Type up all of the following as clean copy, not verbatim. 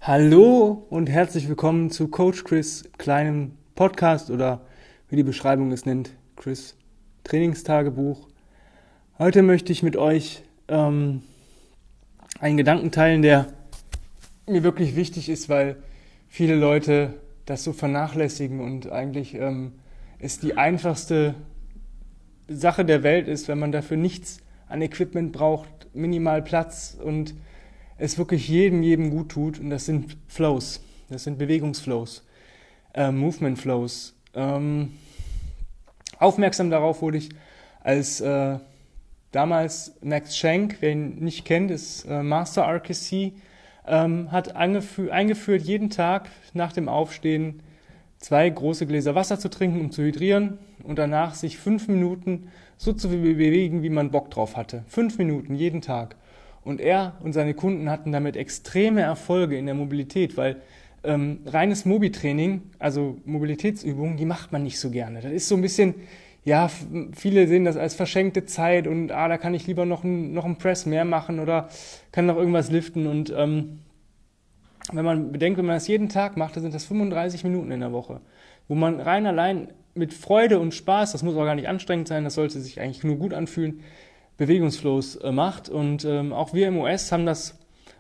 Hallo und herzlich willkommen zu Coach Chris kleinem Podcast oder wie die Beschreibung es nennt, Chris Trainingstagebuch. Heute möchte ich mit euch einen Gedanken teilen, der mir wirklich wichtig ist, weil viele Leute das so vernachlässigen und eigentlich es die einfachste Sache der Welt ist, wenn man dafür nichts an Equipment braucht, minimal Platz und es wirklich jedem gut tut. Und das sind Flows, das sind Bewegungsflows, Movement Flows. Aufmerksam darauf wurde ich, als damals Max Schenk, wer ihn nicht kennt, ist Master RKC, hat eingeführt, jeden Tag nach dem Aufstehen 2 große Gläser Wasser zu trinken, um zu hydrieren und danach sich 5 Minuten so zu bewegen, wie man Bock drauf hatte. 5 Minuten jeden Tag. Und er und seine Kunden hatten damit extreme Erfolge in der Mobilität, weil reines Mobi-Training, also Mobilitätsübungen, die macht man nicht so gerne. Das ist so ein bisschen, ja, viele sehen das als verschenkte Zeit und da kann ich lieber noch einen Press mehr machen oder kann noch irgendwas liften. Und wenn man bedenkt, wenn man das jeden Tag macht, dann sind das 35 Minuten in der Woche, wo man rein allein mit Freude und Spaß, das muss auch gar nicht anstrengend sein, das sollte sich eigentlich nur gut anfühlen, Bewegungsflows macht. Und auch wir im OS haben das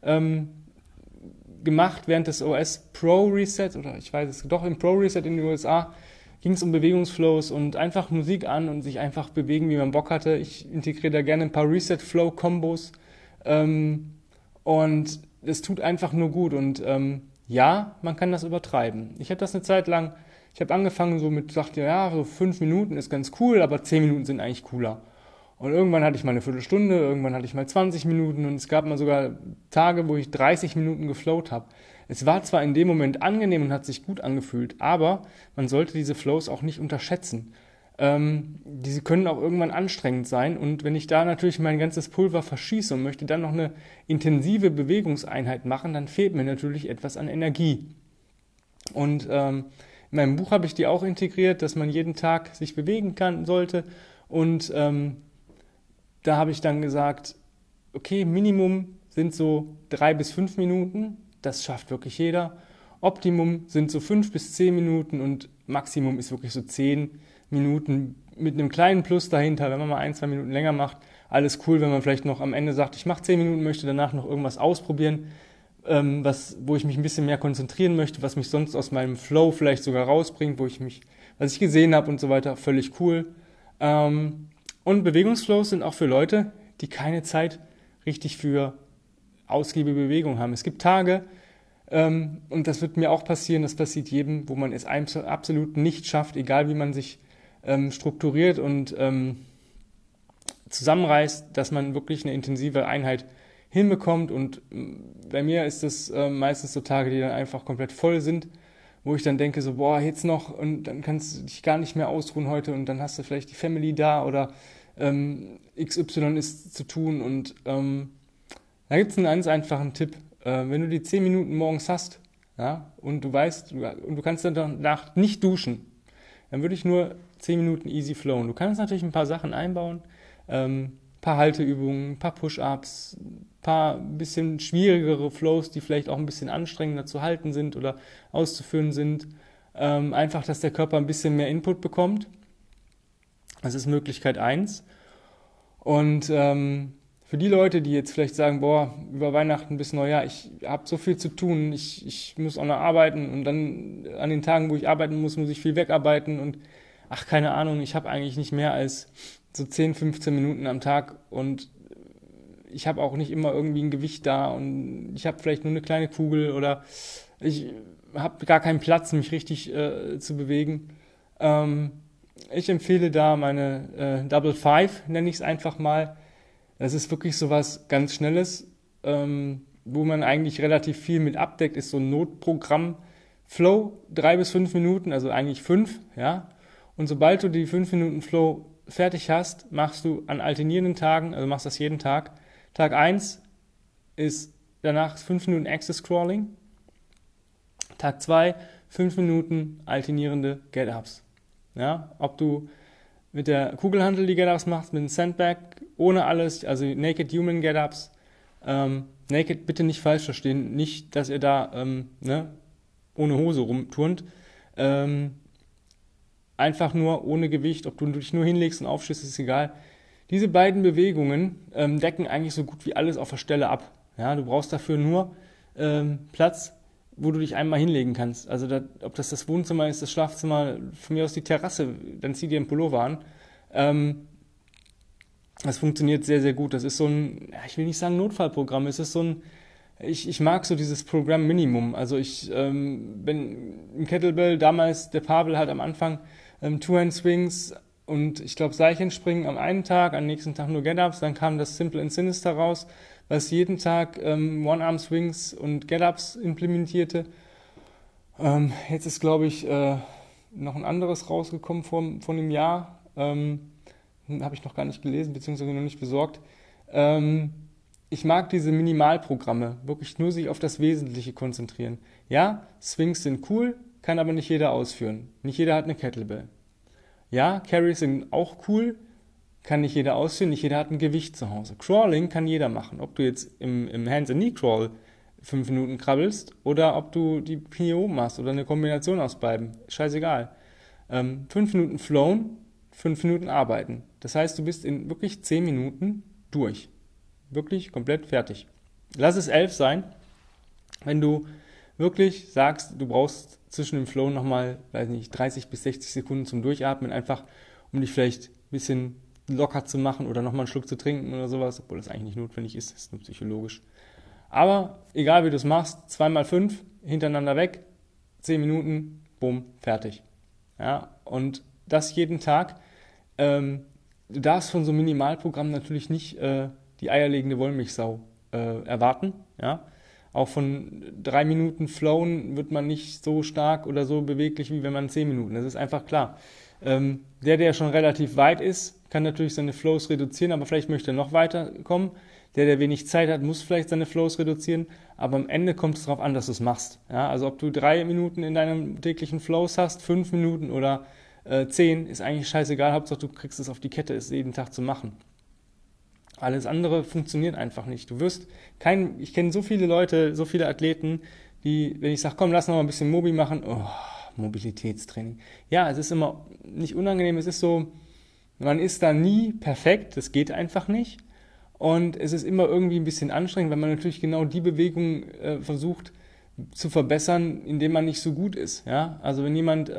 gemacht während des OS Pro Reset, oder ich weiß es doch, im Pro Reset in den USA ging es um Bewegungsflows und einfach Musik an und sich einfach bewegen, wie man Bock hatte. Ich integriere da gerne ein paar Reset-Flow-Kombos und es tut einfach nur gut. Und ja, man kann das übertreiben. Ich habe das eine Zeit lang, ich habe angefangen so mit, dachte ja, so 5 Minuten ist ganz cool, aber 10 Minuten sind eigentlich cooler. Und irgendwann hatte ich mal eine Viertelstunde, irgendwann hatte ich mal 20 Minuten und es gab mal sogar Tage, wo ich 30 Minuten geflowt habe. Es war zwar in dem Moment angenehm und hat sich gut angefühlt, aber man sollte diese Flows auch nicht unterschätzen. Diese können auch irgendwann anstrengend sein und wenn ich da natürlich mein ganzes Pulver verschieße und möchte dann noch eine intensive Bewegungseinheit machen, dann fehlt mir natürlich etwas an Energie. Und in meinem Buch habe ich die auch integriert, dass man jeden Tag sich bewegen kann sollte und da habe ich dann gesagt, okay, Minimum sind so 3 bis 5 Minuten, das schafft wirklich jeder. Optimum sind so 5 bis 10 Minuten und Maximum ist wirklich so 10 Minuten mit einem kleinen Plus dahinter, wenn man mal 1, 2 Minuten länger macht. Alles cool, wenn man vielleicht noch am Ende sagt, ich mache 10 Minuten, möchte danach noch irgendwas ausprobieren, wo ich mich ein bisschen mehr konzentrieren möchte, was mich sonst aus meinem Flow vielleicht sogar rausbringt, was ich gesehen habe und so weiter, völlig cool. Und Bewegungsflows sind auch für Leute, die keine Zeit richtig für ausgiebige Bewegung haben. Es gibt Tage, und das wird mir auch passieren, das passiert jedem, wo man es absolut nicht schafft, egal wie man sich strukturiert und zusammenreißt, dass man wirklich eine intensive Einheit hinbekommt. Und bei mir ist es meistens so Tage, die dann einfach komplett voll sind, wo ich dann denke so, boah, jetzt noch und dann kannst du dich gar nicht mehr ausruhen heute und dann hast du vielleicht die Family da oder XY ist zu tun und da gibt es einen ganz einfachen Tipp. Wenn du die 10 Minuten morgens hast, ja, und du weißt, und du kannst dann danach nicht duschen, dann würde ich nur 10 Minuten easy flowen. Du kannst natürlich ein paar Sachen einbauen, paar Halteübungen, ein paar Push-Ups, ein paar bisschen schwierigere Flows, die vielleicht auch ein bisschen anstrengender zu halten sind oder auszuführen sind. Einfach, dass der Körper ein bisschen mehr Input bekommt. Das ist Möglichkeit 1. Und für die Leute, die jetzt vielleicht sagen, boah, über Weihnachten bis Neujahr, ich habe so viel zu tun, ich muss auch noch arbeiten und dann an den Tagen, wo ich arbeiten muss, muss ich viel wegarbeiten und ach, keine Ahnung, ich habe eigentlich nicht mehr als so 10, 15 Minuten am Tag und ich habe auch nicht immer irgendwie ein Gewicht da und ich habe vielleicht nur eine kleine Kugel oder ich habe gar keinen Platz, mich richtig zu bewegen. Ich empfehle da meine Double Five, nenne ich es einfach mal. Das ist wirklich so was ganz Schnelles, wo man eigentlich relativ viel mit abdeckt, ist so ein Notprogramm. Flow, 3 bis 5 Minuten, also eigentlich 5, ja. Und sobald du die 5 Minuten Flow fertig hast, machst du an alternierenden Tagen, also machst das jeden Tag. Tag 1 ist danach 5 Minuten Access Crawling. Tag 2, 5 Minuten alternierende Get-Ups. Ja, ob du mit der Kugelhantel die Get-Ups machst, mit dem Sandbag, ohne alles, also Naked Human Get-Ups, Naked bitte nicht falsch verstehen, nicht, dass ihr da ohne Hose rumturnt. Ähm, Einfach nur ohne Gewicht, ob du dich nur hinlegst und aufstehst, ist egal. Diese beiden Bewegungen decken eigentlich so gut wie alles auf der Stelle ab. Ja, du brauchst dafür nur Platz, wo du dich einmal hinlegen kannst. Also ob das Wohnzimmer ist, das Schlafzimmer, von mir aus die Terrasse, dann zieh dir einen Pullover an. Das funktioniert sehr, sehr gut. Das ist so ein, ja, ich will nicht sagen Notfallprogramm, es ist so ein, ich mag so dieses Programm Minimum. Also bin im Kettlebell, damals der Pavel hat am Anfang Two-Hand-Swings und ich glaube Seilchenspringen am einen Tag, am nächsten Tag nur Get-Ups, dann kam das Simple and Sinister raus, was jeden Tag One-Arm-Swings und Get-Ups implementierte. Jetzt ist, glaube ich, noch ein anderes rausgekommen von einem Jahr. Habe ich noch gar nicht gelesen, beziehungsweise noch nicht besorgt. Ich mag diese Minimalprogramme, wirklich nur sich auf das Wesentliche konzentrieren. Ja, Swings sind cool, kann aber nicht jeder ausführen. Nicht jeder hat eine Kettlebell. Ja, Carries sind auch cool, kann nicht jeder ausführen, nicht jeder hat ein Gewicht zu Hause. Crawling kann jeder machen. Ob du jetzt im Hands-and-Knee-Crawl 5 Minuten krabbelst oder ob du die PO machst oder eine Kombination aus beiden. Scheißegal. 5 Minuten flown, 5 Minuten arbeiten. Das heißt, du bist in wirklich 10 Minuten durch. Wirklich komplett fertig. Lass es 11 sein, wenn du wirklich sagst, du brauchst zwischen dem Flow nochmal, weiß nicht, 30 bis 60 Sekunden zum Durchatmen, einfach um dich vielleicht ein bisschen locker zu machen oder nochmal einen Schluck zu trinken oder sowas, obwohl das eigentlich nicht notwendig ist, das ist nur psychologisch. Aber egal wie du es machst, 2x5 hintereinander weg, 10 Minuten, bumm, fertig. Ja, und das jeden Tag. Du darfst von so einem Minimalprogramm natürlich nicht die eierlegende Wollmilchsau erwarten. Ja? Auch von 3 Minuten Flowen wird man nicht so stark oder so beweglich, wie wenn man 10 Minuten. Das ist einfach klar. Der schon relativ weit ist, kann natürlich seine Flows reduzieren, aber vielleicht möchte er noch weiterkommen. Der wenig Zeit hat, muss vielleicht seine Flows reduzieren, aber am Ende kommt es darauf an, dass du es machst. Ja? Also ob du 3 Minuten in deinem täglichen Flows hast, 5 Minuten oder 10, ist eigentlich scheißegal. Hauptsache du kriegst es auf die Kette, es jeden Tag zu machen. Alles andere funktioniert einfach nicht. Ich kenne so viele Leute, so viele Athleten, die, wenn ich sage, komm, lass noch mal ein bisschen Mobi machen, Mobilitätstraining. Ja, es ist immer nicht unangenehm, es ist so, man ist da nie perfekt, das geht einfach nicht. Und es ist immer irgendwie ein bisschen anstrengend, weil man natürlich genau die Bewegung versucht zu verbessern, indem man nicht so gut ist. Ja? Also wenn jemand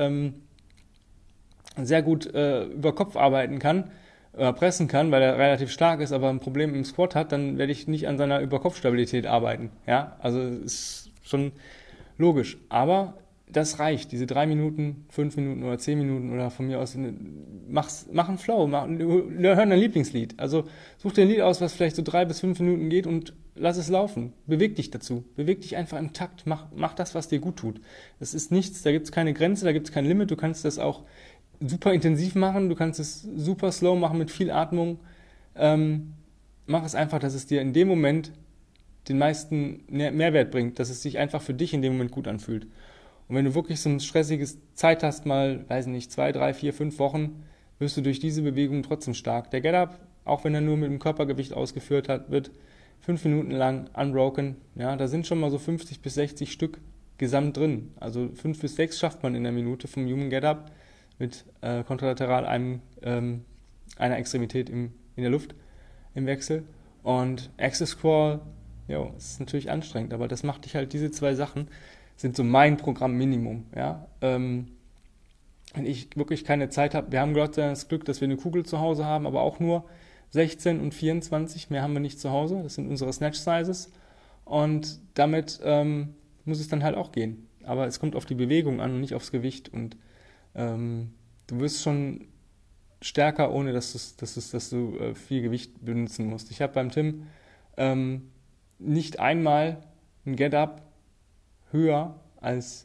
sehr gut über Kopf arbeiten kann, pressen kann, weil er relativ stark ist, aber ein Problem im Squat hat, dann werde ich nicht an seiner Überkopfstabilität arbeiten. Ja, also ist schon logisch. Aber das reicht. Diese 3 Minuten, 5 Minuten oder 10 Minuten oder von mir aus, mach einen Flow, hör dein Lieblingslied. Also such dir ein Lied aus, was vielleicht so 3 bis 5 Minuten geht und lass es laufen. Beweg dich dazu. Beweg dich einfach im Takt. Mach das, was dir gut tut. Das ist nichts, da gibt es keine Grenze, da gibt es kein Limit. Du kannst das auch super intensiv machen, du kannst es super slow machen mit viel Atmung. Mach es einfach, dass es dir in dem Moment den meisten Mehrwert bringt, dass es sich einfach für dich in dem Moment gut anfühlt. Und wenn du wirklich so eine stressige Zeit hast, mal, weiß nicht, 2, 3, 4, 5 Wochen, wirst du durch diese Bewegung trotzdem stark. Der Get-Up, auch wenn er nur mit dem Körpergewicht ausgeführt hat, wird 5 Minuten lang unbroken. Ja, da sind schon mal so 50 bis 60 Stück gesamt drin. Also 5 bis 6 schafft man in der Minute vom Human Get-Up mit kontralateral einer Extremität in der Luft im Wechsel. Und Axis Crawl, jo, ist natürlich anstrengend, aber das macht dich halt, diese 2 Sachen sind so mein Programm-Minimum. Ja? Wenn ich wirklich keine Zeit habe, wir haben Gott sei Dank das Glück, dass wir eine Kugel zu Hause haben, aber auch nur 16 und 24, mehr haben wir nicht zu Hause, das sind unsere Snatch-Sizes und damit muss es dann halt auch gehen. Aber es kommt auf die Bewegung an und nicht aufs Gewicht und du wirst schon stärker, ohne dass du viel Gewicht benutzen musst. Ich habe beim Tim nicht einmal ein Get-Up höher als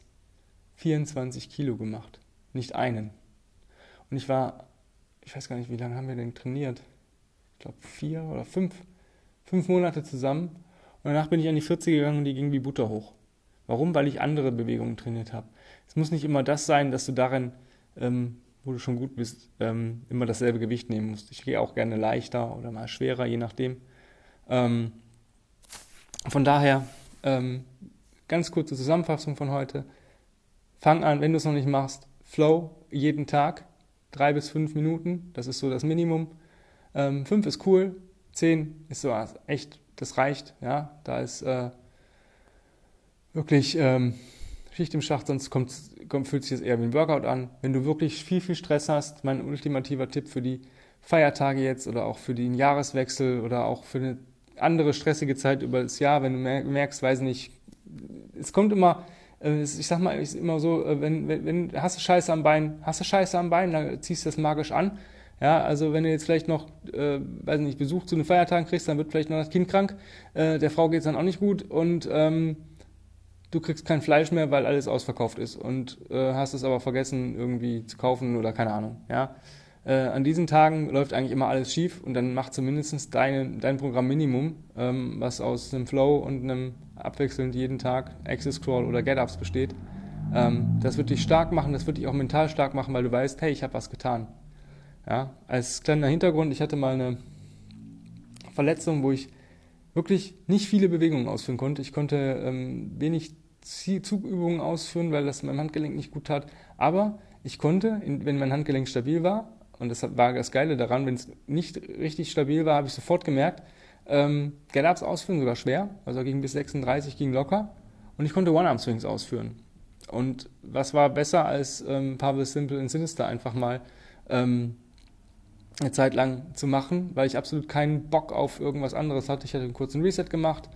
24 Kilo gemacht. Nicht einen. Und ich weiß gar nicht, wie lange haben wir denn trainiert? Ich glaube 4 oder 5 Monate zusammen. Und danach bin ich an die 40 gegangen und die ging wie Butter hoch. Warum? Weil ich andere Bewegungen trainiert habe. Es muss nicht immer das sein, dass du darin, wo du schon gut bist, immer dasselbe Gewicht nehmen musst. Ich gehe auch gerne leichter oder mal schwerer, je nachdem. Von daher, ganz kurze Zusammenfassung von heute. Fang an, wenn du es noch nicht machst, Flow jeden Tag, 3 bis 5 Minuten, das ist so das Minimum. 5 ist cool, 10 ist so echt, das reicht, ja, da ist wirklich Schicht im Schacht, sonst fühlt sich das eher wie ein Workout an. Wenn du wirklich viel, viel Stress hast, mein ultimativer Tipp für die Feiertage jetzt oder auch für den Jahreswechsel oder auch für eine andere stressige Zeit über das Jahr, wenn du merkst, weiß nicht, es kommt immer, ich sag mal, ist immer so, wenn hast du Scheiße am Bein, dann ziehst du das magisch an. Ja, also wenn du jetzt vielleicht noch, weiß nicht, Besuch zu den Feiertagen kriegst, dann wird vielleicht noch das Kind krank, der Frau geht es dann auch nicht gut und du kriegst kein Fleisch mehr, weil alles ausverkauft ist und hast es aber vergessen irgendwie zu kaufen oder keine Ahnung. Ja, an diesen Tagen läuft eigentlich immer alles schief und dann mach zumindest dein Programm Minimum, was aus einem Flow und einem abwechselnd jeden Tag Access Crawl oder Get-Ups besteht. Das wird dich stark machen, das wird dich auch mental stark machen, weil du weißt, hey, ich habe was getan. Ja, als kleiner Hintergrund, ich hatte mal eine Verletzung, wo ich wirklich nicht viele Bewegungen ausführen konnte. Ich konnte wenig Zugübungen ausführen, weil das meinem Handgelenk nicht gut tat. Aber ich konnte, wenn mein Handgelenk stabil war, und das war das Geile daran, wenn es nicht richtig stabil war, habe ich sofort gemerkt, Get-Ups ausführen, sogar schwer, also ging bis 36, ging locker. Und ich konnte One-Arm-Swings ausführen. Und was war besser als Pavel Simple und Sinister einfach mal eine Zeit lang zu machen, weil ich absolut keinen Bock auf irgendwas anderes hatte. Ich hatte einen kurzen Reset gemacht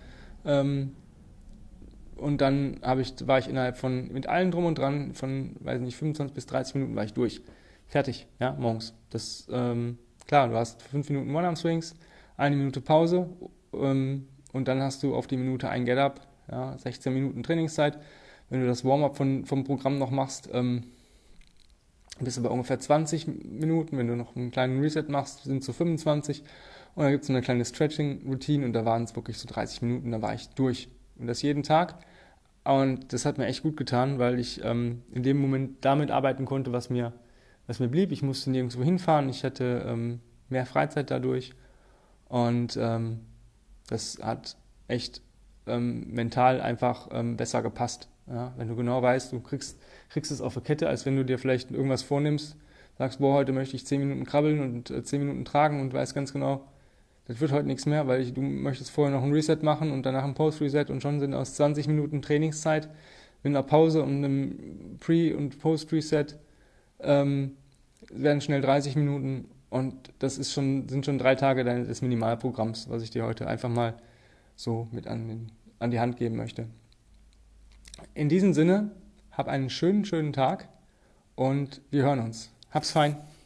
und dann war ich innerhalb von, mit allem drum und dran, von, weiß nicht, 25 bis 30 Minuten war ich durch. Fertig, ja, morgens. Das, klar, du hast 5 Minuten One-Arm-Swings, 1 Minute Pause und dann hast du auf die Minute ein Get-Up, ja, 16 Minuten Trainingszeit. Wenn du das Warm-Up vom Programm noch machst, bist du bei ungefähr 20 Minuten. Wenn du noch einen kleinen Reset machst, sind es so 25. Und dann gibt es eine kleine Stretching-Routine und da waren es wirklich so 30 Minuten, da war ich durch. Und das jeden Tag. Und das hat mir echt gut getan, weil ich in dem Moment damit arbeiten konnte, was mir blieb. Ich musste nirgendwo hinfahren, ich hatte mehr Freizeit dadurch. Und das hat echt mental einfach besser gepasst. Ja? Wenn du genau weißt, du kriegst es auf der Kette, als wenn du dir vielleicht irgendwas vornimmst, sagst, boah, heute möchte ich 10 Minuten krabbeln und 10 Minuten tragen und weißt ganz genau, das wird heute nichts mehr, weil du möchtest vorher noch ein Reset machen und danach ein Post-Reset und schon sind aus 20 Minuten Trainingszeit mit einer Pause und einem Pre- und Post-Reset werden schnell 30 Minuten und sind schon 3 Tage des Minimalprogramms, was ich dir heute einfach mal so mit an die Hand geben möchte. In diesem Sinne, hab einen schönen, schönen Tag und wir hören uns. Hab's fein.